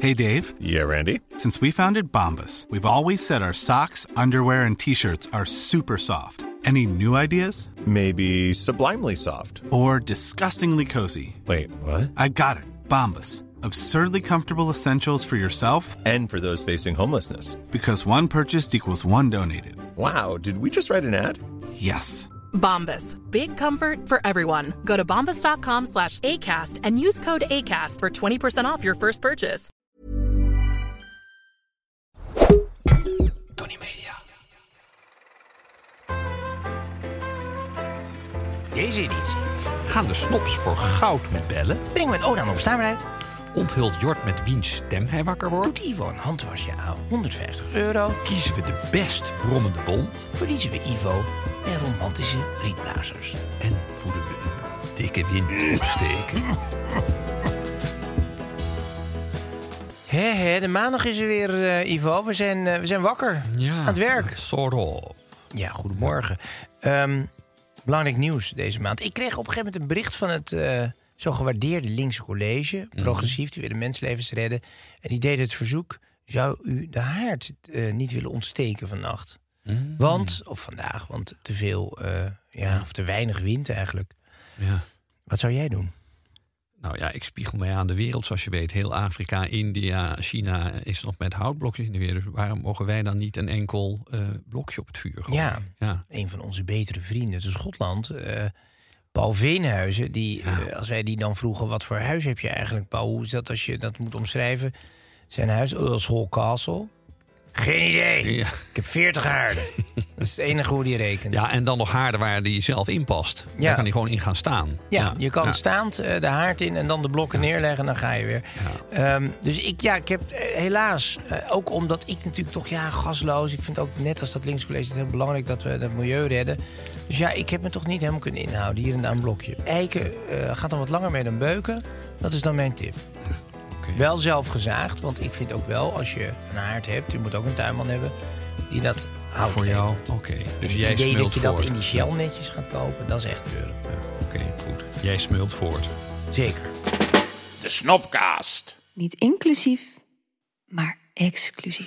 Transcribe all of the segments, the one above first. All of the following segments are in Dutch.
Hey, Dave. Yeah, Randy? Since we founded Bombas, we've always said our socks, underwear, and T-shirts are super soft. Any new ideas? Maybe sublimely soft. Or disgustingly cozy? Wait, what? I got it. Bombas. Absurdly comfortable essentials for yourself And for those facing homelessness. because one purchased equals one donated. Wow, did we just write an ad? Yes. Bombas. Big comfort for everyone. Go to bombas.com/ACAST and use code ACAST for 20% off your first purchase. Tony Media. Deze editie. Gaan de snops voor goud met bellen? Breng met Oda over staanbaarheid. Onthult Jort met wiens stem hij wakker wordt? Doet Ivo een handwasje aan €150. Kiezen we de best brommende bond? Verliezen we Ivo en romantische rietblazers. En voelen we een dikke wind opsteken? De maandag is er weer, Ivo. We zijn wakker. Ja, aan het werk. Sort of. Ja, goedemorgen. Belangrijk nieuws deze maand. Ik kreeg op een gegeven moment een bericht van het zo gewaardeerde linkse college. Progressief, die willen mensenlevens redden. En die deed het verzoek: zou u de haard niet willen ontsteken vannacht? Want te veel, of te weinig wind eigenlijk. Ja. Wat zou jij doen? Nou ja, ik spiegel mij aan de wereld, zoals je weet. Heel Afrika, India, China is nog met houtblokjes in de weer. Dus waarom mogen wij dan niet een enkel blokje op het vuur gooien? Ja, een van onze betere vrienden uit Schotland, Paul Veenhuizen. Als wij die dan vroegen, wat voor huis heb je eigenlijk, Paul? Hoe is dat als je dat moet omschrijven? Zijn huis, Earl's Hall Castle. Geen idee. Ja. Ik heb 40 haarden. Dat is het enige hoe die rekent. Ja, en dan nog haarden waar die zelf in past. Ja. Daar kan hij gewoon in gaan staan. Ja, je kan staand de haard in en dan de blokken neerleggen en dan ga je weer. Ja. Dus ik heb helaas, ook omdat ik natuurlijk toch, gasloos. Ik vind ook net als dat linkscollege het heel belangrijk dat we het milieu redden. Dus ja, ik heb me toch niet helemaal kunnen inhouden. Hier en daar een blokje. Eiken gaat dan wat langer mee dan beuken. Dat is dan mijn tip. Okay. Wel zelf gezaagd, want ik vind ook wel, als je een haard hebt, je moet ook een tuinman hebben die dat houdt. Voor jou? Oké. Dus het jij idee smult dat je voort. dat in die Shell netjes gaat kopen, dat is echt duur. Oké, goed. Jij smult voort. Zeker. De Snopcast. Niet inclusief, maar exclusief.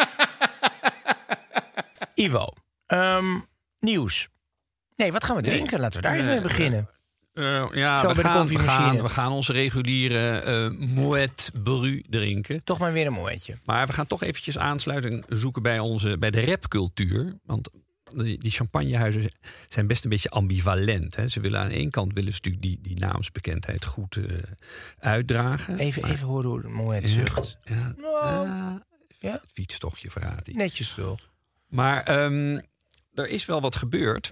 Ivo, nieuws. Nee, wat gaan we drinken? Laten we daar even mee beginnen. Zo bij de koffiemachine. We gaan onze reguliere Moet Bru drinken. Toch maar weer een mooitje. Maar we gaan toch eventjes aansluiting zoeken bij de rapcultuur. Want die champagnehuizen zijn best een beetje ambivalent. Hè? Ze willen aan de ene kant natuurlijk die naamsbekendheid goed uitdragen. Even horen hoe de Moet zucht. Het fietstochtje verraadt hij. Netjes toch. Maar er is wel wat gebeurd.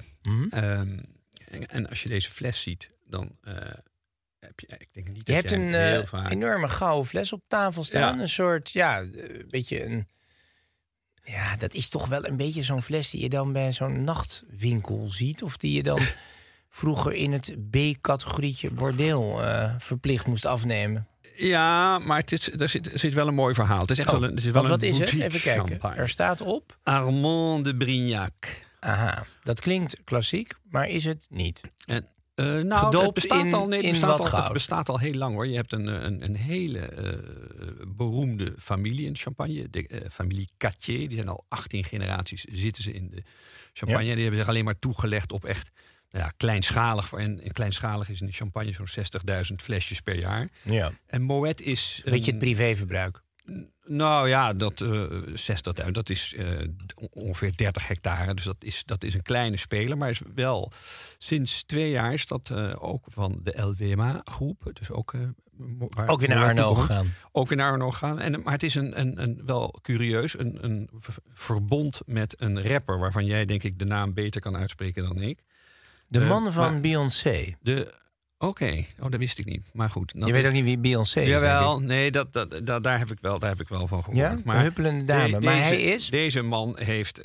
En als je deze fles ziet, dan heb je... Ik denk niet je dat hebt een heel vaak... enorme gouden fles op tafel staan. Ja. Een soort, beetje een... Ja, dat is toch wel een beetje zo'n fles die je dan bij zo'n nachtwinkel ziet. Of die je dan vroeger in het B-categorietje bordeel verplicht moest afnemen. Ja, maar er zit wel een mooi verhaal. Het is echt wel een wat is het? Even kijken. champagne. Er staat op... Armand de Brignac. Aha, dat klinkt klassiek, maar is het niet. En, gedoopt het bestaat al heel lang hoor. Je hebt een hele beroemde familie in champagne. De familie Cattier. Die zijn al 18 generaties zitten ze in de champagne. Ja. Die hebben zich alleen maar toegelegd op echt kleinschalig. En kleinschalig is in de champagne zo'n 60.000 flesjes per jaar. Ja. En Moet is... Beetje het privéverbruik. Nou ja, 60.000, dat is ongeveer 30 hectare. Dus dat is een kleine speler. Maar is wel sinds 2 jaar is dat ook van de LVMH-groep. Dus ook weer naar Arnaud gegaan. Ook weer naar Arnaud gegaan. Maar het is een wel curieus, een verbond met een rapper... waarvan jij denk ik de naam beter kan uitspreken dan ik. De man van Beyoncé. Oké, dat wist ik niet. Maar goed. Je weet ook niet wie Beyoncé is. Jawel, nee, daar heb ik wel van gehoord. Ja, maar een huppelende dame. Maar hij is... Deze man heeft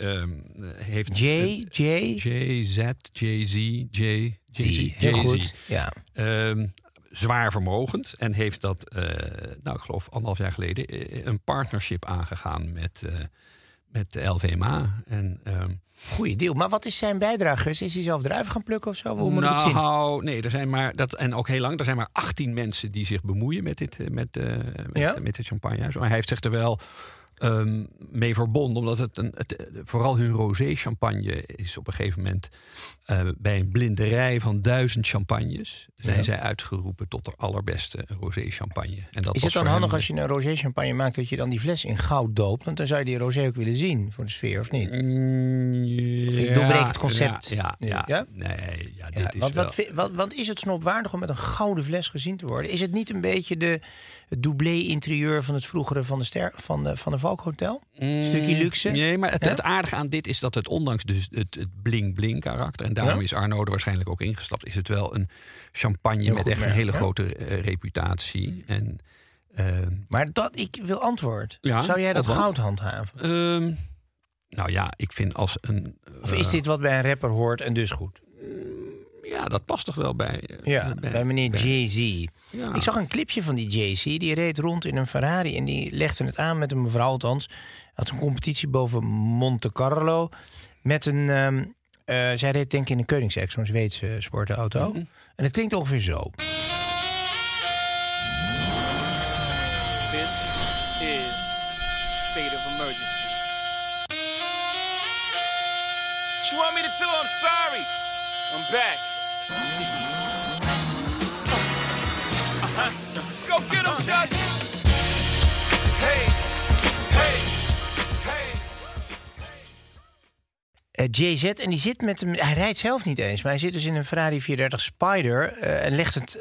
Jay-Z. Ja. Zwaar vermogend. En heeft dat, ik geloof 1,5 jaar geleden... een partnership aangegaan met de LVMA. En, Goeie deal. Maar wat is zijn bijdrage? Is hij zelf druiven gaan plukken of zo? Hoe moet ik het zien? Nee, er zijn maar en ook heel lang. Er zijn maar 18 mensen die zich bemoeien met dit champagnehuis. Maar hij heeft zich er wel mee verbonden, omdat het vooral hun rosé champagne is op een gegeven moment bij een blinderij van 1000 champagnes zijn zij uitgeroepen tot de allerbeste rosé champagne. En dat is het dan handig als je een rosé champagne maakt dat je dan die fles in goud doopt? Want dan zou je die rosé ook willen zien voor de sfeer, of niet? Of je doorbreekt het concept? Ja? Nee, dit is wat is het snopwaardig om met een gouden fles gezien te worden? Is het niet een beetje het doublé-interieur van het vroegere van de Valkhotel? Een stukje luxe? Nee, maar het aardige aan dit is dat het ondanks dus het bling-bling karakter, en daarom is Arnaud er waarschijnlijk ook ingestapt, is het wel een champagne met echt een hele grote reputatie. En, maar ik wil antwoord. Zou jij dat goud handhaven? Nou ja, ik vind als een... Of is dit wat bij een rapper hoort en dus goed? Ja, dat past toch wel bij... bij meneer Jay-Z. Ja. Ik zag een clipje van die Jay-Z. Die reed rond in een Ferrari en die legde het aan met een mevrouw althans. Had een competitie boven Monte Carlo. Met een... zij reed denk ik in een Koenigsegg, zo'n Zweedse sportauto. Mm-hmm. En het klinkt ongeveer zo. This is state of emergency. What you want me to do? I'm sorry. I'm back. Let's go get him, Chuck. Hey, hey, hey. JZ, en die zit met hem... Hij rijdt zelf niet eens, maar hij zit dus in een Ferrari 430 Spider... en legt het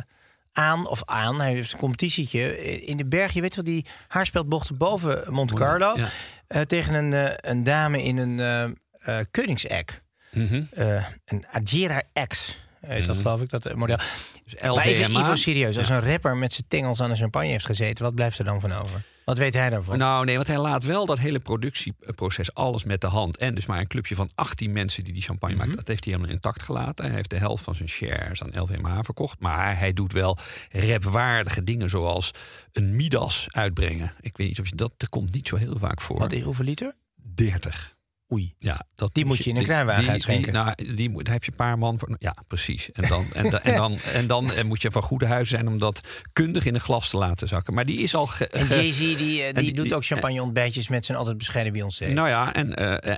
aan. Hij heeft een competitietje in de berg. Je weet wel, die haarspeldbochten boven Monte Carlo. Ja. Tegen een dame in een Koenigsegg. Mm-hmm. Een Agera X heet dat, geloof ik, dat model. Dus LVMA. Maar even serieus, als een rapper met zijn tengels aan een champagne heeft gezeten, wat blijft er dan van over? Wat weet hij daarvan? Nou nee, want hij laat wel dat hele productieproces alles met de hand. En dus maar een clubje van 18 mensen die champagne maakt, dat heeft hij helemaal intact gelaten. Hij heeft de helft van zijn shares aan LVMA verkocht. Maar hij doet wel rapwaardige dingen zoals een Midas uitbrengen. Ik weet niet of je dat komt niet zo heel vaak voor. Hoeveel liter? 30. Oei. Ja, die moet je in een kruiwagen uitschenken. Daar heb je een paar man voor. Ja, precies. En dan moet je van goede huis zijn om dat kundig in een glas te laten zakken. Maar die is al... En Jay-Z die doet ook champagne ontbijtjes met zijn altijd bescheiden Beyoncé. Nou ja, en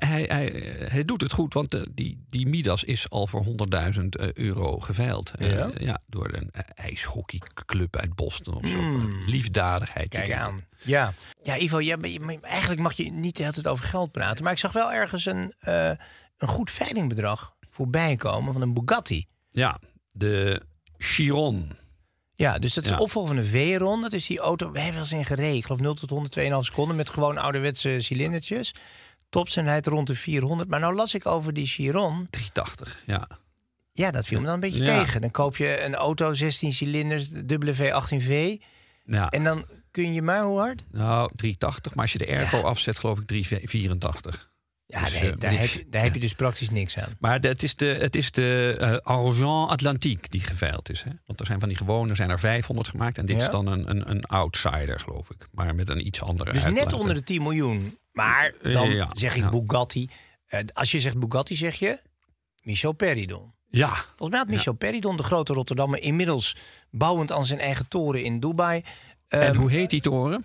hij doet het goed, want die Midas is al voor €100.000 geveild. Door een ijshockeyclub uit Boston of zo. Liefdadigheid. Kijk aan. Ja, Ivo, eigenlijk mag je niet de hele tijd over geld praten. Maar ik zag wel ergens een goed veilingbedrag voorbij komen van een Bugatti. Ja, de Chiron. Ja, dus dat is de opvolger van de Veyron. Dat is die auto, we hebben wel eens in gereden. Ik geloof 0 tot 100, 2,5 seconden met gewoon ouderwetse cilindertjes. Topsnelheid rond de 400. Maar nou las ik over die Chiron. 380, ja. Ja, dat viel me dan een beetje tegen. Dan koop je een auto, 16 cilinders, W18V. Ja. En dan kun je maar hoe hard? Nou, 380. Maar als je de airco afzet, geloof ik 384. Ja, dus, daar heb je dus praktisch niks aan. Maar het is de Argent Atlantique die geveild is. Hè? Want er zijn van die gewone zijn er 500 gemaakt. En dit is dan een outsider, geloof ik. Maar met een iets andere Dus uitlaten. net onder de 10 miljoen. Maar dan zeg ik Bugatti. Als je zegt Bugatti, zeg je Michel Peridon. Ja. Volgens mij had Michel Peridon, de grote Rotterdammer, inmiddels bouwend aan zijn eigen toren in Dubai. En hoe heet die toren?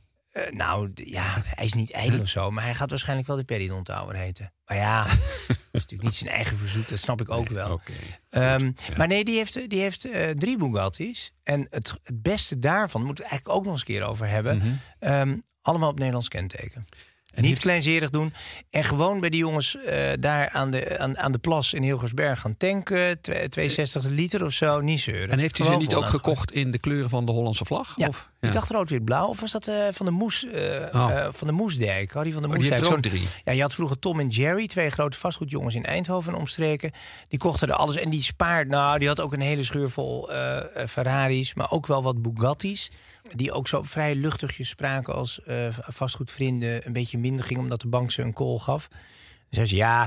Hij is niet ijdel of zo, maar hij gaat waarschijnlijk wel de Peridon Tower heten. Maar ja, dat is natuurlijk niet zijn eigen verzoek, dat snap ik ook wel. Okay. Maar nee, die heeft 3 Bugattis. En het beste daarvan, moeten we eigenlijk ook nog eens een keer over hebben. Allemaal op Nederlands kenteken. En niet kleinzerig doen. En gewoon bij die jongens daar aan de plas in Hilgersberg gaan tanken. 62 liter of zo, niet zeuren. En heeft hij ze niet ook gekocht in de kleuren van de Hollandse vlag? Ja, of? Ik dacht rood-wit-blauw. Of was dat van de van de Moesdijk? Die van de Moesdijk. Die heeft er ook 3. Ja, je had vroeger Tom en Jerry, 2 grote vastgoedjongens in Eindhoven en omstreken. Die kochten er alles. En die die had ook een hele schuur vol Ferraris. Maar ook wel wat Bugattis. Die ook zo vrij luchtigjes spraken als vastgoedvrienden. Een beetje minder ging omdat de bank ze een call gaf. Dan zei ze,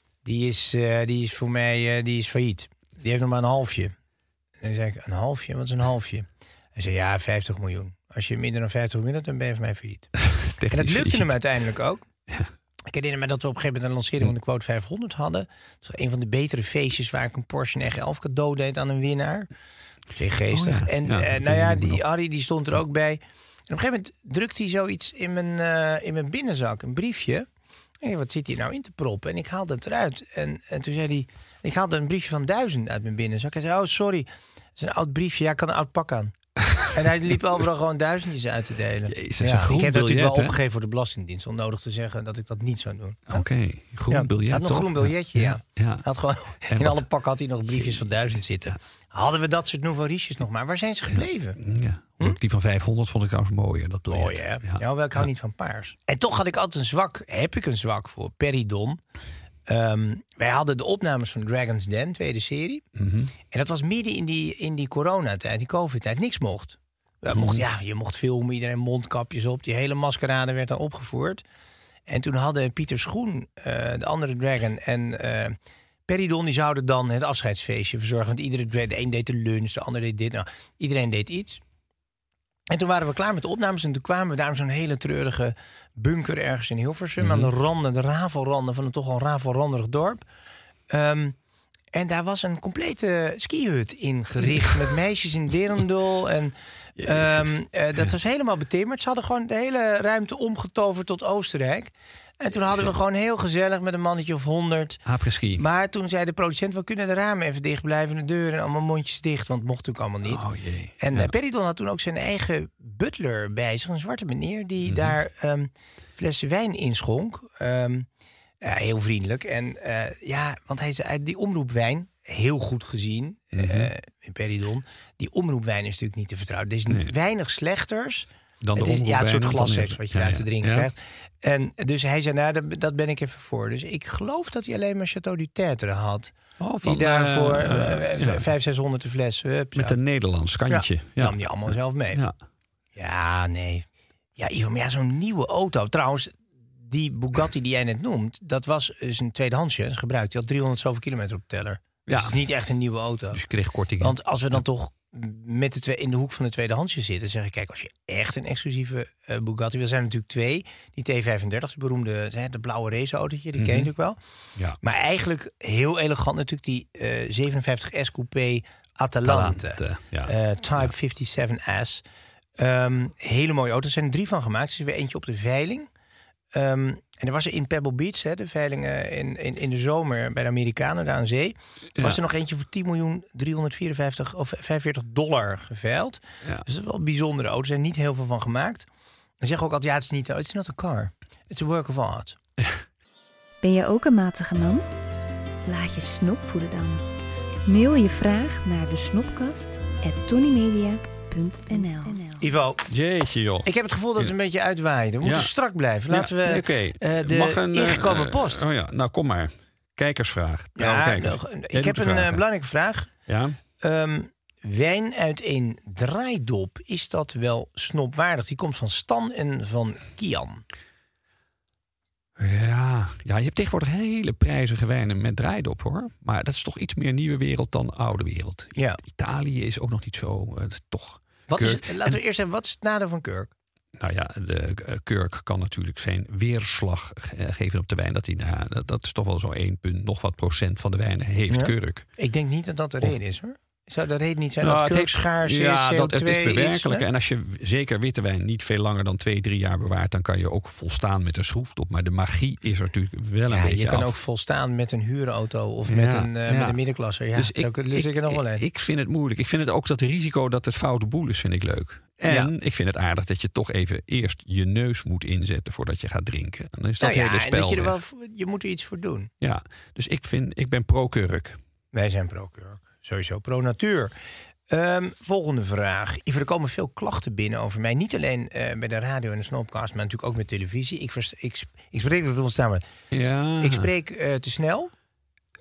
die is voor mij die is failliet. Die heeft nog maar een halfje. En dan zei ik, een halfje? Wat is een halfje? Hij zei, 50 miljoen. Als je minder dan 50 miljoen hebt, dan ben je voor mij failliet. En dat lukte hem uiteindelijk ook. Ik herinner me dat we op een gegeven moment een lancering van de Quote 500 hadden. Dat was een van de betere feestjes waar ik een Porsche 911 cadeau deed aan een winnaar. Zeer geestig. Oh ja. En die Harry die stond er ook bij. En op een gegeven moment drukte hij zoiets in mijn binnenzak, een briefje. Hey, wat zit hier nou in te proppen? En ik haalde het eruit. En toen zei hij, ik haalde een briefje van 1000 uit mijn binnenzak. Hij zei, oh sorry, dat is een oud briefje. Ja, ik kan een oud pak aan. En hij liep overal gewoon duizendjes uit te delen. Jezus, ik heb dat natuurlijk wel hè? opgegeven voor de Belastingdienst. Onnodig te zeggen dat ik dat niet zou doen. Oké, groen biljet. Hij had nog een groen biljetje, ja. Ja. Had gewoon, in alle pakken had hij nog briefjes van 1000 zitten. Hadden we dat soort nouveau riches nog maar? Waar zijn ze gebleven? Ja. Die van 500 vond ik trouwens mooier. Dat biljet. Mooi, hè? Ja, wel, ik hou niet van paars. En toch had ik altijd heb ik een zwak voor Peridon. Wij hadden de opnames van Dragon's Den, tweede serie. En dat was midden in die coronatijd, die covid-tijd. Niks mocht. Je mocht filmen, iedereen mondkapjes op. Die hele maskerade werd dan opgevoerd. En toen hadden Pieter Schoen, de andere Dragon, en Peridon, die zouden dan het afscheidsfeestje verzorgen. Want de een deed de lunch, de ander deed dit. Nou, iedereen deed iets. En toen waren we klaar met de opnames en toen kwamen we daar in zo'n hele treurige bunker ergens in Hilversum. Aan de rafelranden van een toch al rafelranderig dorp. En daar was een complete skihut ingericht met meisjes in derendul. En dat was helemaal betimmerd. Ze hadden gewoon de hele ruimte omgetoverd tot Oostenrijk. En toen hadden we gewoon heel gezellig met een mannetje of 100. Apres-ski. Maar toen zei de producent, we kunnen de ramen even dicht blijven, de deuren allemaal mondjes dicht, want het mocht natuurlijk allemaal niet. Oh jee. En Peridon had toen ook zijn eigen butler bij zich, een zwarte meneer, die daar flessen wijn inschonk. Heel vriendelijk. En want hij zei, die omroepwijn, heel goed gezien in Peridon. Die omroepwijn is natuurlijk niet te vertrouwen. Er is weinig slechters dan het de is, een soort glasseks dan wat je daar te drinken krijgt. En dus hij zei, nou, dat ben ik even voor. Dus ik geloof dat hij alleen maar Château du Tertre had. Die daarvoor 500-600 de fles. Met een Nederlands kantje. Ja, nam die allemaal zelf mee. Ja, nee. Ja, Ivo, maar zo'n nieuwe auto. Trouwens, die Bugatti die jij net noemt, dat was dus een tweedehandsje, gebruikt. Die had 300 zoveel kilometer op de teller. Dus het is niet echt een nieuwe auto. Dus je kreeg korting. Want als we dan toch met in de hoek van de tweedehandsje zitten, zeg ik, kijk, als je echt een exclusieve Bugatti wil, zijn er natuurlijk twee. Die T35, de beroemde, de blauwe raceautootje, die ken je natuurlijk wel. Ja. Maar eigenlijk heel elegant natuurlijk die 57S Coupé Atalante. Type 57S. Hele mooie auto's. Er zijn er 3 van gemaakt. Er is weer eentje op de veiling. En er was er in Pebble Beach, de veiling in de zomer bij de Amerikanen daar aan zee. Was er nog eentje voor $10.345.000 geveild. Ja. Dus dat is wel een bijzondere auto. Er zijn niet heel veel van gemaakt. En zeggen ook altijd, het is niet it's not a car. It's a work of art. Ben je ook een matige man? Laat je snop voeden dan. Mail je vraag naar de snopkast@tonymedia.nl. Ivo, jeetje joh. Ik heb het gevoel dat het een beetje uitwaaien. We moeten strak blijven. Laten we de ingekomen post. Oh ja, nou kom maar. Kijkersvraag. Ik heb een belangrijke vraag. Ja. Wijn uit een draaidop, is dat wel snopwaardig? Die komt van Stan en van Kian. Ja, je hebt tegenwoordig hele prijzige wijnen met draaidop hoor. Maar dat is toch iets meer nieuwe wereld dan oude wereld. Ja. Italië is ook nog niet zo, toch. Laten we eerst even, wat is het nadeel van kurk? Nou ja, de kurk kan natuurlijk zijn weerslag geven op de wijn. Dat is toch wel zo 1 punt nog wat procent van de wijnen heeft kurk. Ik denk niet dat dat de reden is hoor. Zou de reden niet zijn dat kurk schaars is, CO2 het is bewerkelijk. En als je zeker witte wijn niet veel langer dan 2-3 jaar bewaart, dan kan je ook volstaan met een schroefdop. Maar de magie is er natuurlijk wel een beetje je kan ook volstaan met een huurauto of met een middenklasser. Ja, dus ik er nog wel een. Ik vind het moeilijk. Ik vind het ook dat het risico dat het foute boel is, vind ik leuk. En ik vind het aardig dat je toch even eerst je neus moet inzetten voordat je gaat drinken. En dan is dat hele spel. En dat je moet er iets voor doen. Ja, dus ik ben pro-kurk. Wij zijn pro-kurk. Sowieso pro-natuur. Volgende vraag. Er komen veel klachten binnen over mij. Niet alleen bij de radio en de Snopcast, maar natuurlijk ook met televisie. Ik spreek dat ontstaan. Ik spreek te snel.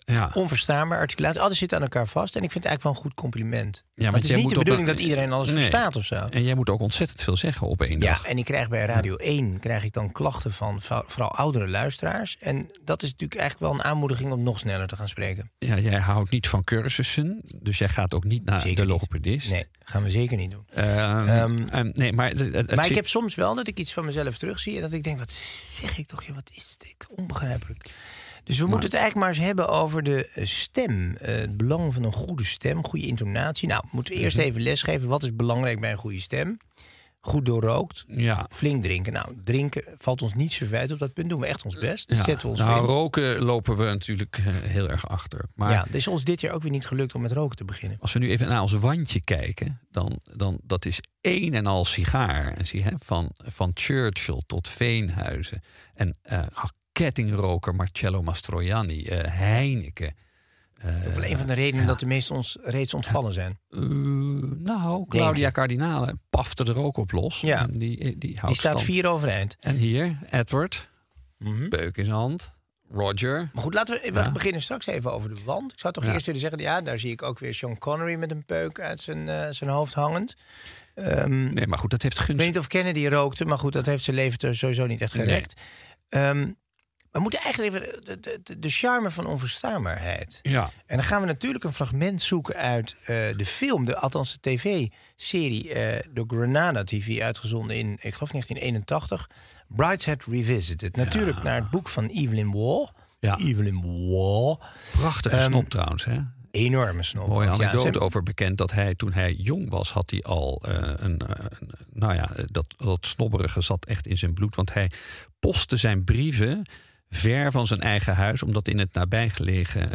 Ja. Onverstaanbaar articulatie. Alles zit aan elkaar vast. En ik vind het eigenlijk wel een goed compliment. Ja, maar het is jij niet moet de op bedoeling een- dat iedereen alles Nee. verstaat of zo. En jij moet ook ontzettend veel zeggen op één Ja, dag. en ik krijg bij Radio 1 krijg ik dan klachten van vooral oudere luisteraars. En dat is natuurlijk eigenlijk wel een aanmoediging om nog sneller te gaan spreken. Ja, jij houdt niet van cursussen, dus jij gaat ook niet naar Zeker de niet. logopedist. Nee, gaan we zeker niet doen. Nee, maar Maar ik heb soms wel dat ik iets van mezelf terugzie en dat ik denk, wat zeg ik toch? Ja, wat is dit onbegrijpelijk. Dus we moeten het eigenlijk maar eens hebben over de stem. Het belang van een goede stem, goede intonatie. Nou, moeten we eerst even lesgeven. Wat is belangrijk bij een goede stem? Goed doorrookt, Ja. flink drinken. Nou, drinken valt ons niet zo feit op dat punt. Doen we echt ons best. Ja. Zetten we ons Nou, in. roken lopen we natuurlijk heel erg achter. Maar Ja, het is ons dit jaar ook weer niet gelukt om met roken te beginnen. als we nu even naar ons wandje kijken, dan dat is een en al sigaar. En zie je, van Churchill tot Veenhuizen. En kettingroker Marcello Mastroianni, Heineken. Dat is wel een van de redenen dat de meesten ons reeds ontvallen zijn. Nou, Claudia Cardinale pafte er ook op los. Ja. En die houdt Die staat stand. 4 overeind. En hier, Edward, peuk in zijn hand. Roger. Maar goed, laten we beginnen straks even over de wand. Ik zou toch eerst willen zeggen, ja, daar zie ik ook weer Sean Connery met een peuk uit zijn hoofd hangend. Nee, maar goed, dat heeft Ik weet gunst. niet of Kennedy rookte, maar goed, dat heeft zijn leven er sowieso niet echt gerekt. We moeten eigenlijk even de charme van onverstaanbaarheid. Ja. En dan gaan we natuurlijk een fragment zoeken uit de film, althans de tv-serie door Granada TV, uitgezonden in, ik geloof 1981. Brideshead Revisited. Natuurlijk naar het boek van Evelyn Waugh. Ja. Evelyn Waugh. Prachtige snop trouwens, hè? Enorme snop. Mooie anekdote Ja, over bekend dat hij, toen hij jong was, had hij al dat snobberige zat echt in zijn bloed. Want hij postte zijn brieven ver van zijn eigen huis, omdat in het nabijgelegen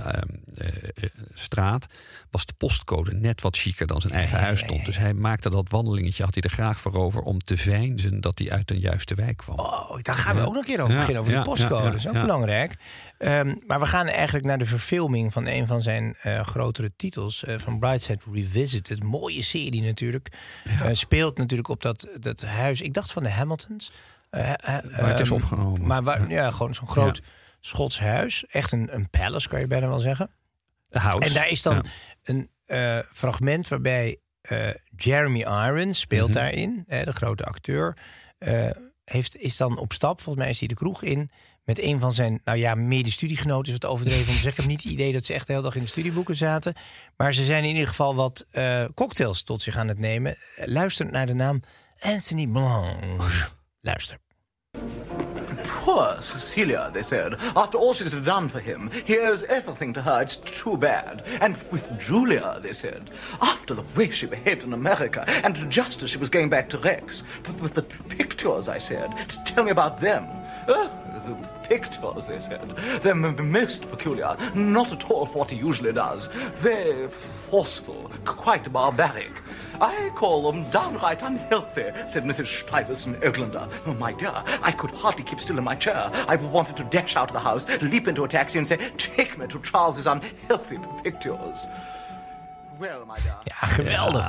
straat was de postcode net wat chiquer dan zijn eigen huis stond. Dus hij maakte dat wandelingetje, had hij er graag voor over om te veinzen dat hij uit een juiste wijk kwam. Oh, daar gaan we ook nog een keer over beginnen, over de postcode. Dat is ook belangrijk. Maar we gaan eigenlijk naar de verfilming van een van zijn grotere titels, van Brideshead Revisited. Mooie serie natuurlijk. Speelt natuurlijk op dat huis, ik dacht van de Hamiltons. Maar het is opgenomen. Maar gewoon zo'n groot Schots huis. Echt een palace, kan je bijna wel zeggen. De house. En daar is dan een fragment waarbij Jeremy Irons speelt daarin, de grote acteur, is dan op stap. Volgens mij is hij de kroeg in met een van zijn medestudiegenoten, is het overdreven om te zeggen. Ik heb niet het idee dat ze echt de hele dag in de studieboeken zaten. Maar ze zijn in ieder geval wat cocktails tot zich aan het nemen. Luister naar de naam Anthony Blanche. Luister. Poor Cecilia, they said. After all she's done for him, he owes everything to her. It's too bad. And with Julia, they said, after the way she behaved in America, and just as she was going back to Rex. But with the pictures, I said, tell me about them. Oh, the pictures, they said. They're most peculiar. Not at all what he usually does. Very forceful, quite barbaric. I call them downright unhealthy, said Mrs. Stuyvesant Oaklander. Oh, my dear, I could hardly keep still in my chair. I wanted to dash out of the house, leap into a taxi and say, take me to Charles's unhealthy pictures. Well, my dear. Ja, geweldig.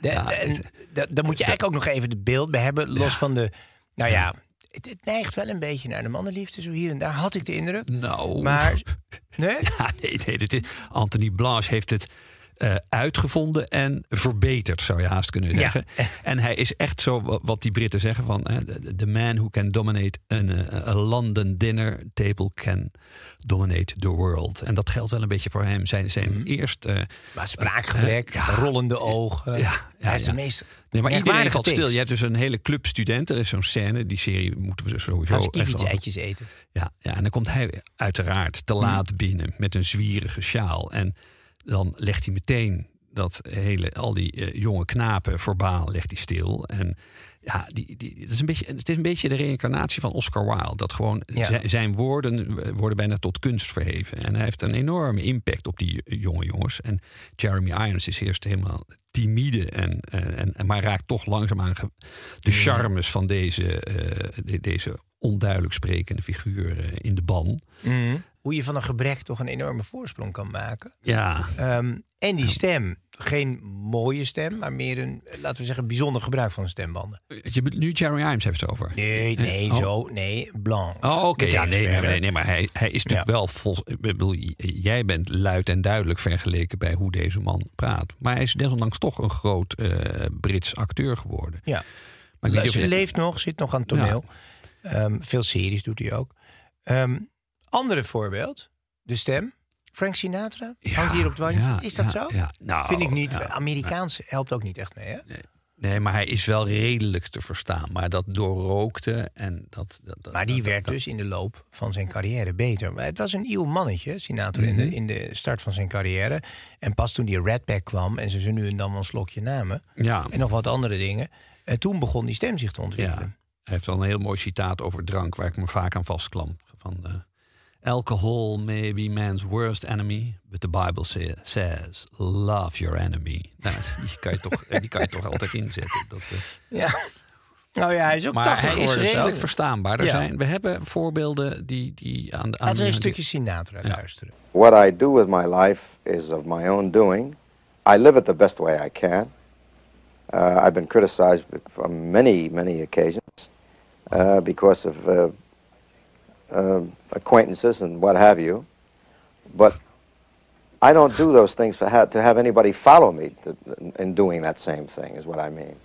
Dan moet je eigenlijk ook nog even het beeld bij hebben, los van de... Nou ja, het neigt wel een beetje naar de mannenliefde, zo hier en daar, had ik de indruk. Nou. Maar, nee? Ja, nee, dit is, Anthony Blanche heeft het uitgevonden en verbeterd, zou je haast kunnen zeggen. Ja. En hij is echt zo, wat die Britten zeggen, van the man who can dominate a London dinner table can dominate the world. En dat geldt wel een beetje voor hem. Zijn eerste... maar spraakgebrek, rollende ogen. Hij heeft de meeste... Nee, maar iedereen valt takes. stil. Je hebt dus een hele club studenten. Er is zo'n scène, die serie moeten we sowieso... Als kievitseitjes eten. Ja, en dan komt hij uiteraard te laat binnen met een zwierige sjaal. En dan legt hij meteen al die jonge knapen verbaal legt hij stil. En ja, het is een beetje de reïncarnatie van Oscar Wilde. Dat gewoon zijn woorden worden bijna tot kunst verheven. En hij heeft een enorme impact op die jonge jongens. En Jeremy Irons is eerst helemaal timide maar raakt toch langzaamaan de charmes van deze onduidelijk sprekende figuur in de ban. hoe je van een gebrek toch een enorme voorsprong kan maken. Ja. En die stem, geen mooie stem, maar meer een, laten we zeggen, bijzonder gebruik van stembanden. Nu Jerry Imes heeft het over. Nee, Blanc. Oh, oké. Nee, maar hij is natuurlijk wel ik bedoel, jij bent luid en duidelijk vergeleken bij hoe deze man praat. Maar hij is desondanks toch een groot Brits acteur geworden. Ja. Maar hij leeft nog, zit nog aan het toneel. Ja. Veel series doet hij ook. Andere voorbeeld, de stem. Frank Sinatra, hangt hier op het wandje. Is dat zo? Ja. Nou, vind ik niet. Amerikaans helpt ook niet echt mee, hè? Nee, maar hij is wel redelijk te verstaan. Maar dat doorrookte en Maar die werd dus in de loop van zijn carrière beter. Maar het was een nieuw mannetje, Sinatra, in de start van zijn carrière. En pas toen die Redback kwam en ze nu en dan wel een slokje namen. Ja. En nog wat andere dingen. En toen begon die stem zich te ontwikkelen. Ja. Hij heeft wel een heel mooi citaat over drank, waar ik me vaak aan vastklamp. Van alcohol may be man's worst enemy, but the Bible says, love your enemy. Nou, die kan je toch altijd inzetten. Ja. Nou ja, hij is ook maar 80 hij geworden. Is redelijk verstaanbaar. We hebben voorbeelden die aan laten we een stukje Sinatra luisteren. What I do with my life is of my own doing. I live it the best way I can. I've been criticized on many occasions because of acquaintances and what have you. But I don't do those things to have anybody follow me in doing that same thing, is what I mean.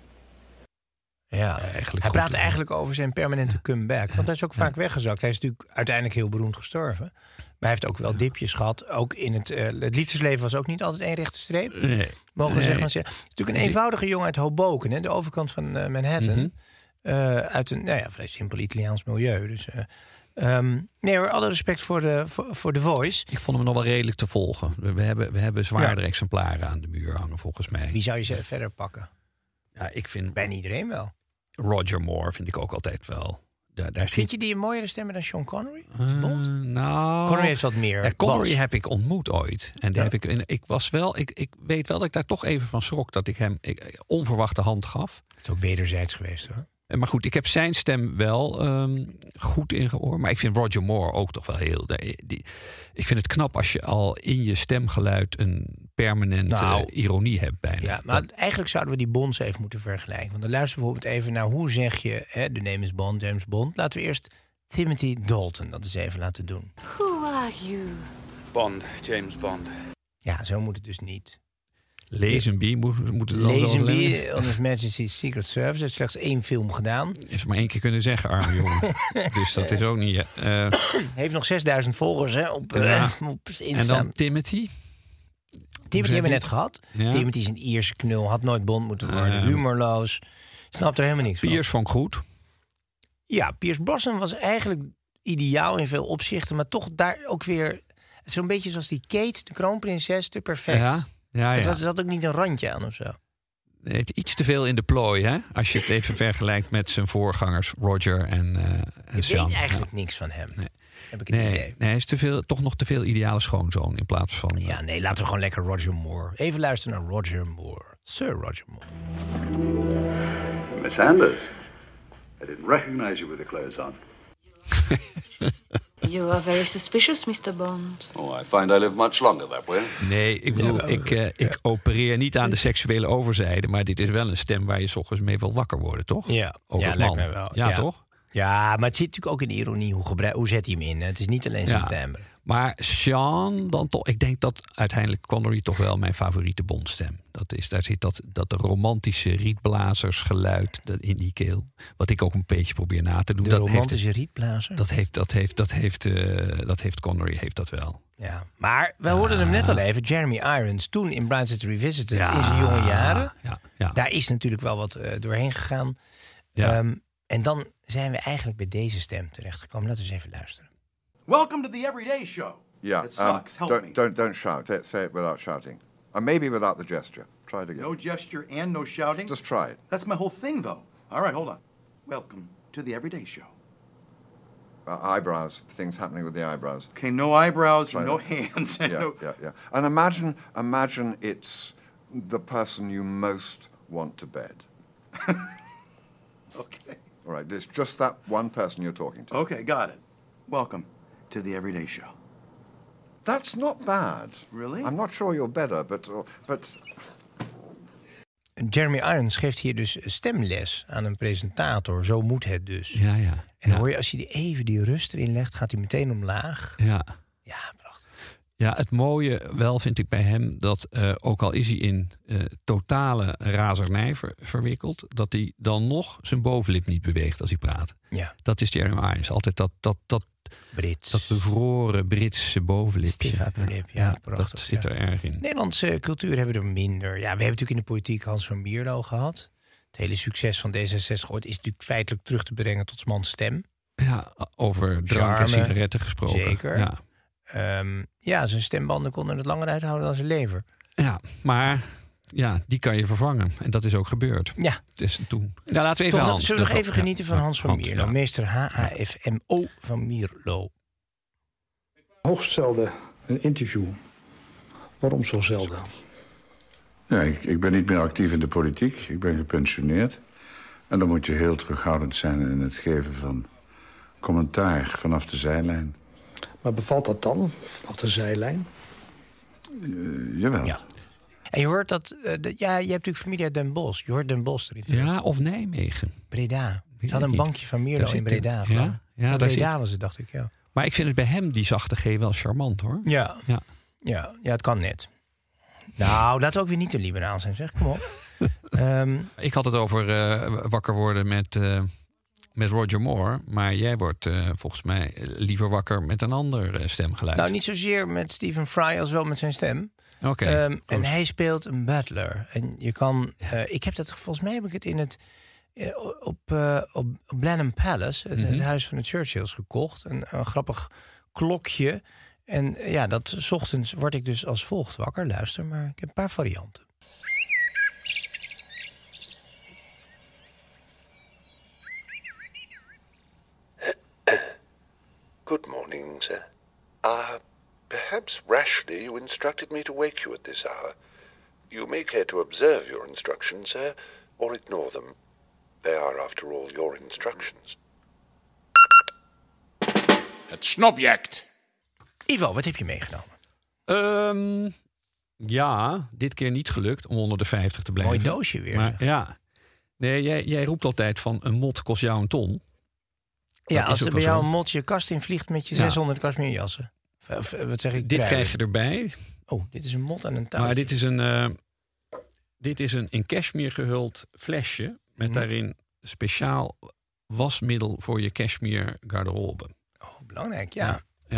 Ja, hij praat eigenlijk over zijn permanente comeback. Want hij is ook vaak weggezakt. Hij is natuurlijk uiteindelijk heel beroemd gestorven. Maar hij heeft ook wel dipjes gehad. Ook in het liefdesleven was ook niet altijd één rechte streep. Nee. Mogen we zeggen. Het is natuurlijk een eenvoudige jongen uit Hoboken. Hè, de overkant van Manhattan. Uit een vrij simpel Italiaans milieu. Dus, nee hoor, alle respect voor The Voice. Ik vond hem nog wel redelijk te volgen. We hebben zwaardere exemplaren aan de muur hangen, volgens mij. Wie zou je verder pakken? Ja, ik vind bijna iedereen wel. Roger Moore vind ik ook altijd wel. Vind je die een mooiere stem dan Sean Connery? Nou, Connery heeft wat meer. Ja, Connery heb ik ontmoet ooit. En ik weet wel dat ik daar toch even van schrok dat ik hem onverwachte hand gaf. Het is ook wederzijds geweest hoor. Maar goed, ik heb zijn stem wel goed ingehoord. Maar ik vind Roger Moore ook toch wel heel... Ik vind het knap als je al in je stemgeluid een permanente ironie hebt bijna. Ja, maar eigenlijk zouden we die Bonds even moeten vergelijken. Want dan luisteren we bijvoorbeeld even naar hoe zeg je... de name is Bond, James Bond. Laten we eerst Timothy Dalton dat eens even laten doen. Who are you? Bond, James Bond. Ja, zo moet het dus niet. Lazenby moet het dan Lazenby, on His Majesty's Secret Service. heeft slechts 1 film gedaan. Is maar 1 keer kunnen zeggen, arme jongen. Dus dat is ook niet... heeft nog 6000 volgers op Insta. En dan Timothy? Timothy hebben we net gehad. Ja. Timothy is een Ierse knul. Had nooit Bond moeten worden. Humorloos. Snapt er helemaal niks van. Pierce vond ik goed. Ja, Pierce Brosnan was eigenlijk ideaal in veel opzichten. Maar toch daar ook weer... Zo'n beetje zoals die Kate, de kroonprinses, te perfect. Ja. Er zat ook niet een randje aan of zo. Nee, iets te veel in de plooi, hè? Als je het even vergelijkt met zijn voorgangers Roger en Sean. Je weet eigenlijk niks van hem. Nee. Heb ik het idee. Nee, hij is toch nog te veel ideale schoonzoon in plaats van... Ja, nee, laten we gewoon lekker Roger Moore. Even luisteren naar Roger Moore. Sir Roger Moore. Miss Anders, I didn't recognize you with the clothes on. You are very suspicious, Mr. Bond. Oh, I find I live much longer that way. Nee, ik bedoel, ik opereer niet aan de seksuele overzijde... maar dit is wel een stem waar je 's ochtends mee wil wakker worden, toch? Ja, lijkt mij wel. Ja, toch? Ja, maar het zit natuurlijk ook in de ironie. Hoe zet hij hem in? Het is niet alleen zijn timbre. Maar Sean dan toch... Ik denk dat uiteindelijk Connery toch wel mijn favoriete Bondstem. Daar zit dat romantische rietblazersgeluid in die keel. Wat ik ook een beetje probeer na te doen. De romantische rietblazer? Dat heeft Connery heeft dat wel. Ja, maar we hoorden hem net al even. Jeremy Irons, toen in Brideshead Revisited in zijn jonge jaren. Ja. Daar is natuurlijk wel wat doorheen gegaan. Ja. En dan zijn we eigenlijk bij deze stem terechtgekomen. Laten we eens even luisteren. Welcome to the Everyday Show. Yeah, it sucks. Help me. Don't shout. Say it without shouting. Or maybe without the gesture. Try it again. No gesture and no shouting? Just try it. That's my whole thing, though. All right, hold on. Welcome to the Everyday Show. Eyebrows. Things happening with the eyebrows. Okay, no eyebrows, no hands. Yeah. And imagine it's the person you most want to bed. Okay. All right, it's just that one person you're talking to. Okay, got it. Welcome to the Everyday Show. That's not bad. Really? I'm not sure you're better, but... Jeremy Irons geeft hier dus stemles aan een presentator. Zo moet het dus. Ja. En dan hoor je, als hij even die rust erin legt, gaat hij meteen omlaag. Ja. Ja, prachtig. Ja, het mooie wel vind ik bij hem dat, ook al is hij in totale razernij verwikkeld, dat hij dan nog zijn bovenlip niet beweegt als hij praat. Ja. Dat is Jeremy Irons. Altijd dat Brits. Dat bevroren Britse bovenlip. Stiff upper lip, ja, prachtig. Dat zit er erg in. Nederlandse cultuur hebben we er minder. Ja, we hebben natuurlijk in de politiek Hans van Mierlo gehad. Het hele succes van D66 ooit is natuurlijk feitelijk terug te brengen tot 's mans stem. Ja, over drank en sigaretten gesproken. Zeker. Ja. Zijn stembanden konden het langer uithouden dan zijn lever. Ja, maar die kan je vervangen. En dat is ook gebeurd. Ja. Dus toen. Ja, laten we even Hans. Zullen we nog even genieten van Hans van Mierlo? Ja. Meester HAFMO van Mierlo. Hoogst zelden een interview. Waarom zo zelden? Ja, ik ben niet meer actief in de politiek. Ik ben gepensioneerd. En dan moet je heel terughoudend zijn in het geven van commentaar vanaf de zijlijn. Maar bevalt dat dan, vanaf de zijlijn? Jawel. Ja. En je hoort dat... je hebt natuurlijk familie uit Den Bosch. Je hoort Den Bosch erin terug. Ja, of Nijmegen. Breda. Ze hadden een bankje van Mierlo in Breda. Ja, Breda was het, dacht ik, ja. Maar ik vind het bij hem, die zachte G, wel charmant, hoor. Ja, het kan net. Nou, laten we ook weer niet te liberaal zijn, zeg. Kom op. Ik had het over wakker worden met Roger Moore. Maar jij wordt volgens mij liever wakker met een ander stemgeluid. Nou, niet zozeer met Stephen Fry als wel met zijn stem. Oké. En hij speelt een butler. En je kan... ik heb dat, volgens mij heb ik het in het... op Blenheim Palace, het huis van de Churchills, gekocht. Een grappig klokje. En ja, dat 's ochtends word ik dus als volgt wakker. Luister, maar ik heb een paar varianten. Good morning, sir. Perhaps rashly you instructed me to wake you at this hour. You may care to observe your instructions, sir, or ignore them. They are, after all, your instructions. Het snobject. Ivo, wat heb je meegenomen? Ja, dit keer niet gelukt om onder de 50 te blijven. Mooi doosje weer. Maar, ja. Nee, jij roept altijd van een mot kost jou een ton. Ja, als er bij jou een mot je kast in vliegt met je 600 kashmirjassen. Of wat zeg ik? Dit krijg je erbij. Oh, dit is een mot aan een touwtje. Maar dit is een in cashmere gehuld flesje met daarin speciaal wasmiddel voor je cashmere garderobe. Oh, belangrijk, ja.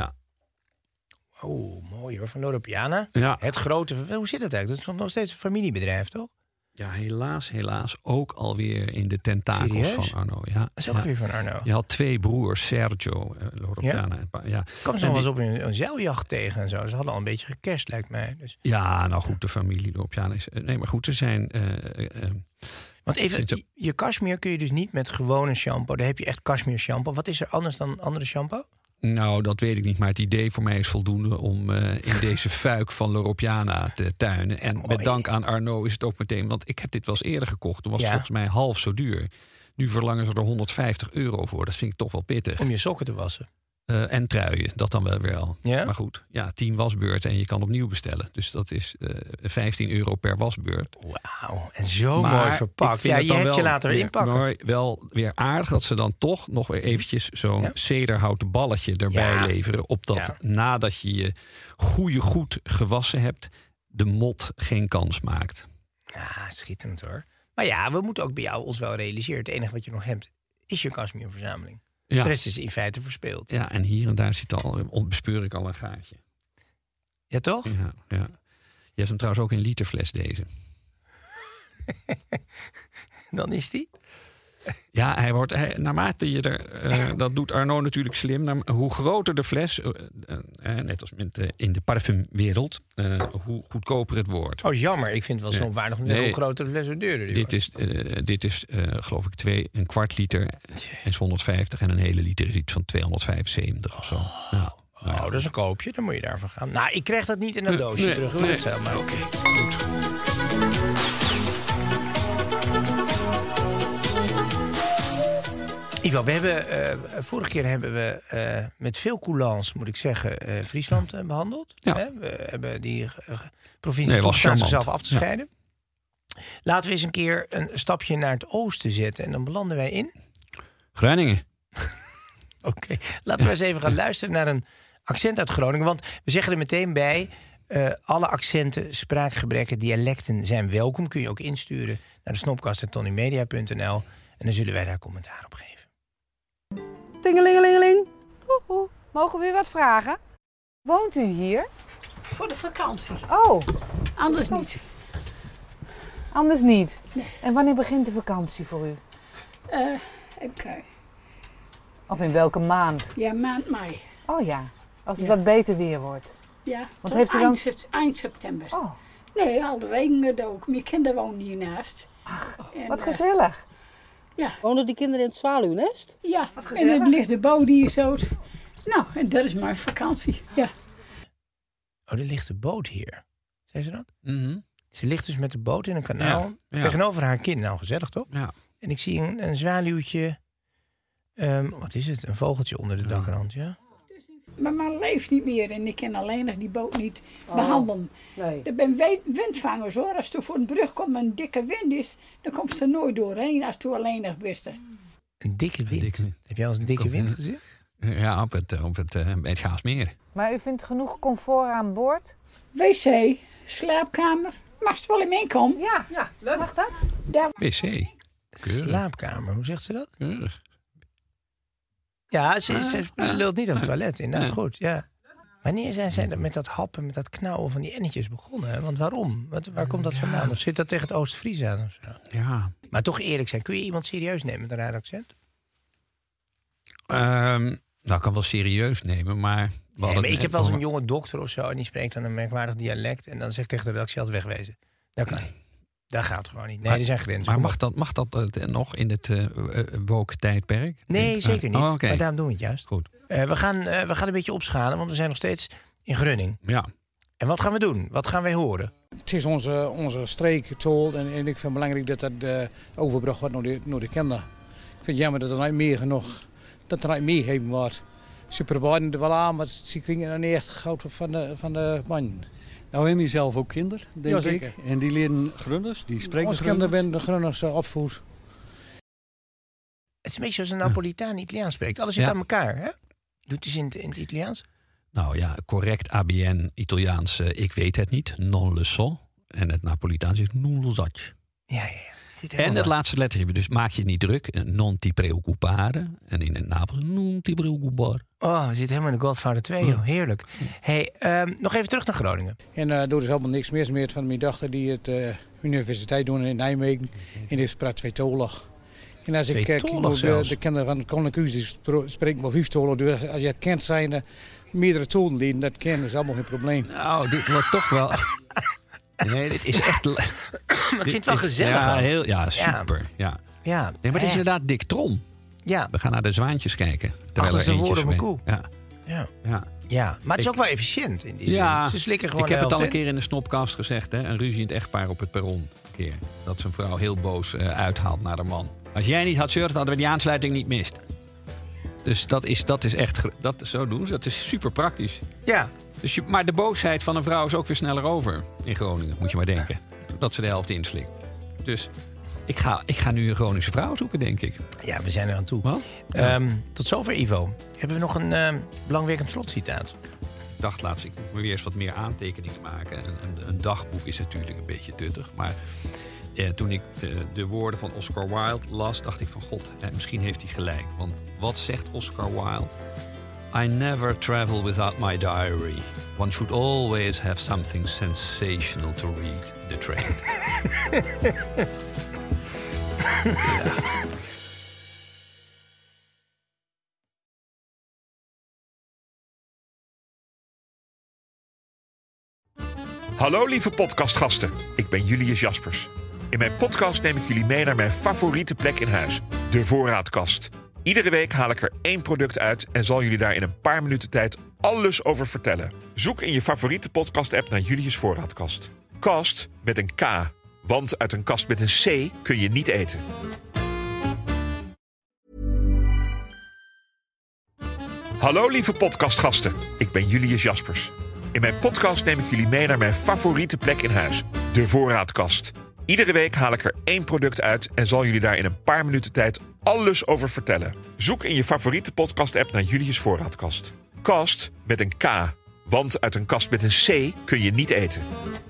Oh, mooi hoor, van Loro Piana. Ja. Het grote... Hoe zit het eigenlijk? Dat is nog steeds een familiebedrijf, toch? Ja, helaas ook alweer in de tentakels van Arno. Ja, dat is ook weer van Arno. Je had 2 broers, Sergio, Loro Piana. Ja. Ik kwam ze nog wel eens op een zeiljacht tegen en zo. Ze hadden al een beetje gecashed, lijkt mij. Dus. Ja, nou goed, de familie Loro Piana is... Nee, maar goed, er zijn... Want even, je cashmere kun je dus niet met gewone shampoo. Daar heb je echt cashmere shampoo. Wat is er anders dan andere shampoo? Nou, dat weet ik niet. Maar het idee voor mij is voldoende om in deze fuik van Loro Piana te tuinen. En met dank aan Arno is het ook meteen... Want ik heb dit wel eens eerder gekocht. Toen was het volgens mij half zo duur. Nu verlangen ze er €150 voor. Dat vind ik toch wel pittig. Om je sokken te wassen. En truien, dat dan wel weer al. Ja? Maar goed, 10 wasbeurten en je kan opnieuw bestellen. Dus dat is €15 per wasbeurt. Wauw, en zo mooi verpakt. Ja, je hebt je laten inpakken. Maar wel weer aardig dat ze dan toch nog weer eventjes zo'n cederhouten balletje erbij leveren. Opdat nadat je je goed gewassen hebt, de mot geen kans maakt. Ja, schitterend hoor. Maar ja, we moeten ook bij jou ons wel realiseren. Het enige wat je nog hebt is je cashmereverzameling. Ja. De rest is in feite verspeeld. Ja, en hier en daar bespeur ik al een gaatje. Ja, toch? Ja. Je hebt hem trouwens ook in literfles, deze. Dan is die? Ja, naarmate je er... dat doet Arno natuurlijk slim. Hoe groter de fles, net als in de parfumwereld, hoe goedkoper het wordt. Oh, jammer. Ik vind het wel zo waardig om te zeggen hoe groter de fles, hoe duurder die wordt. Dit is geloof ik een kwart liter is 150 en een hele liter is iets van 275 of zo. Nou, dat is een koopje. Dan moet je daarvan gaan. Nou, ik krijg dat niet in een doosje terug. Hoe het zo, maar oké. Goed. Ivo, Ivo, we hebben, vorige keer hebben we met veel coulance, moet ik zeggen, Friesland behandeld. Ja. We hebben die provincie toegestaan zichzelf af te scheiden. Laten we eens een keer een stapje naar het oosten zetten. En dan belanden wij in... Groningen. Oké, laten we eens even gaan luisteren naar een accent uit Groningen. Want we zeggen er meteen bij... alle accenten, spraakgebrekken, dialecten zijn welkom. Kun je ook insturen naar de snopkast@tonymedia.nl. En dan zullen wij daar commentaar op geven. Tingelingelingeling. Mogen we u wat vragen? Woont u hier? Voor de vakantie. Oh. Anders niet. Anders niet? Nee. En wanneer begint de vakantie voor u? Even kijken. Of in welke maand? Ja, maand mei. Oh ja, als het wat beter weer wordt. Ja, want heeft u dan... eind september. Oh. Nee, al de weken ook. Mijn kinderen wonen hiernaast. Ach, wat gezellig. Ja. Wonen die kinderen in het zwaluwnest? Ja, en het ligt de boot hier zo. Nou, en dat is mijn vakantie, ja. Oh, er ligt de boot hier. Zei ze dat? Mm-hmm. Ze ligt dus met de boot in een kanaal tegenover haar kind. Nou, gezellig toch? Ja. En ik zie een zwaluwtje. Wat is het? Een vogeltje onder de dakrand, ja? Maar man leeft niet meer en ik kan alleen nog die boot niet behandelen. Nee. Er zijn windvangers hoor. Als er voor een brug komt een dikke wind is, dan komt ze er nooit doorheen als je alleen nog bent. Een dikke wind? Heb jij al eens een dikke wind gezien? Ja, op het Gaasmeer. Maar u vindt genoeg comfort aan boord? Wc, slaapkamer. Mag ze wel in mijn komen? Ja, leuk. Mag dat? Wc. Keurig. Slaapkamer, hoe zegt ze dat? Keurig. Ja, ze lult niet over het toilet, inderdaad goed, ja. Wanneer zijn zij met dat happen, met dat knauwen van die ennetjes begonnen? Hè? Want waarom? Waar komt dat vandaan? Of zit dat tegen het Oost-Fries aan? Of zo? Ja. Maar toch eerlijk zijn, kun je iemand serieus nemen met een raar accent? Nou, ik kan wel serieus nemen, maar... maar ik heb wel eens een jonge dokter of zo en die spreekt dan een merkwaardig dialect en dan zegt tegen de redactie altijd wegwezen. Dat kan niet. Dat gaat gewoon niet. Nee, er zijn grenzen. Maar mag dat nog in het woke-tijdperk? Nee, zeker niet. Okay. Maar daarom doen we het juist. Goed. We gaan een beetje opschalen, want we zijn nog steeds in Grunning. Ja. En wat gaan we doen? Wat gaan wij horen? Het is onze streektol en ik vind het belangrijk dat dat overgebracht wordt naar de kinderen. Ik vind het jammer dat er niet meer genoeg, dat er niet meegegeven wordt. Ze proberen er wel aan, maar ze krijgen dan niet echt goud van de man. Nou, heb je zelf ook kinderen, denk ik. En die leren Grunners, die spreken onze kinderen werden de Grunners opvoed. Het is een beetje zoals een Napolitaan Italiaans spreekt. Alles zit aan elkaar, hè? Doet hij in het Italiaans? Nou ja, correct ABN Italiaans, ik weet het niet, non le so. En het Napolitaans is non lo so. Ja. En het laatste lettertje, dus maak je niet druk. Non ti preoccupare. En in het Napels, non ti preoccupare. Oh, we zitten helemaal in de Godfather 2, joh. Heerlijk. Hey, nog even terug naar Groningen. En doe dus helemaal niks meer van mijn dochter die het universiteit doen in Nijmegen. En die praat twee tolig. En als ik kijk de kinderen van het Koninklijk Huis, die spreken wel 5 tolig. Dus als je kind zijn, meerdere tolen leren, dat kennen is allemaal geen probleem. Nou, dit wordt toch wel... Nee, dit is echt... Maar ik vind het wel gezellig. Super. Ja. Ja. Nee, maar het is inderdaad Dick Tron. Ja. We gaan naar de zwaantjes kijken. Achter de woorden op een koe. Ja. Maar het is ook wel efficiënt in die zin. Ze slikken gewoon ik heb het al een keer in de Snopkast gezegd. Hè? Een ruzie in het echtpaar op het perron. Een keer. Dat zijn vrouw heel boos uithaalt naar de man. Als jij niet had zeurd, hadden we die aansluiting niet mist. Dus dat is echt... Zo doen ze. Dat is super praktisch. Ja. Dus maar de boosheid van een vrouw is ook weer sneller over in Groningen, moet je maar denken. Dat ze de helft inslikt. Dus ik ga nu een Groningse vrouw zoeken, denk ik. Ja, we zijn er aan toe. Wat? Tot zover, Ivo. Hebben we nog een belangwekkend slotcitaat? Ik dacht laatst, ik moet weer eens wat meer aantekeningen maken. Een dagboek is natuurlijk een beetje tuttig. Maar toen ik de woorden van Oscar Wilde las, dacht ik van God, misschien heeft hij gelijk. Want wat zegt Oscar Wilde? I never travel without my diary. One should always have something sensational to read in the train. Hallo lieve podcastgasten, ik ben Julius Jaspers. In mijn podcast neem ik jullie mee naar mijn favoriete plek in huis, de voorraadkast. Iedere week haal ik er 1 product uit en zal jullie daar in een paar minuten tijd alles over vertellen. Zoek in je favoriete podcast-app naar Julius Voorraadkast. Kast met een K, want uit een kast met een C kun je niet eten. Hallo lieve podcastgasten, ik ben Julius Jaspers. In mijn podcast neem ik jullie mee naar mijn favoriete plek in huis, de voorraadkast. Iedere week haal ik er 1 product uit en zal jullie daar in een paar minuten tijd alles over vertellen. Zoek in je favoriete podcast-app naar Julius Voorraadkast. Kast met een K, want uit een kast met een C kun je niet eten.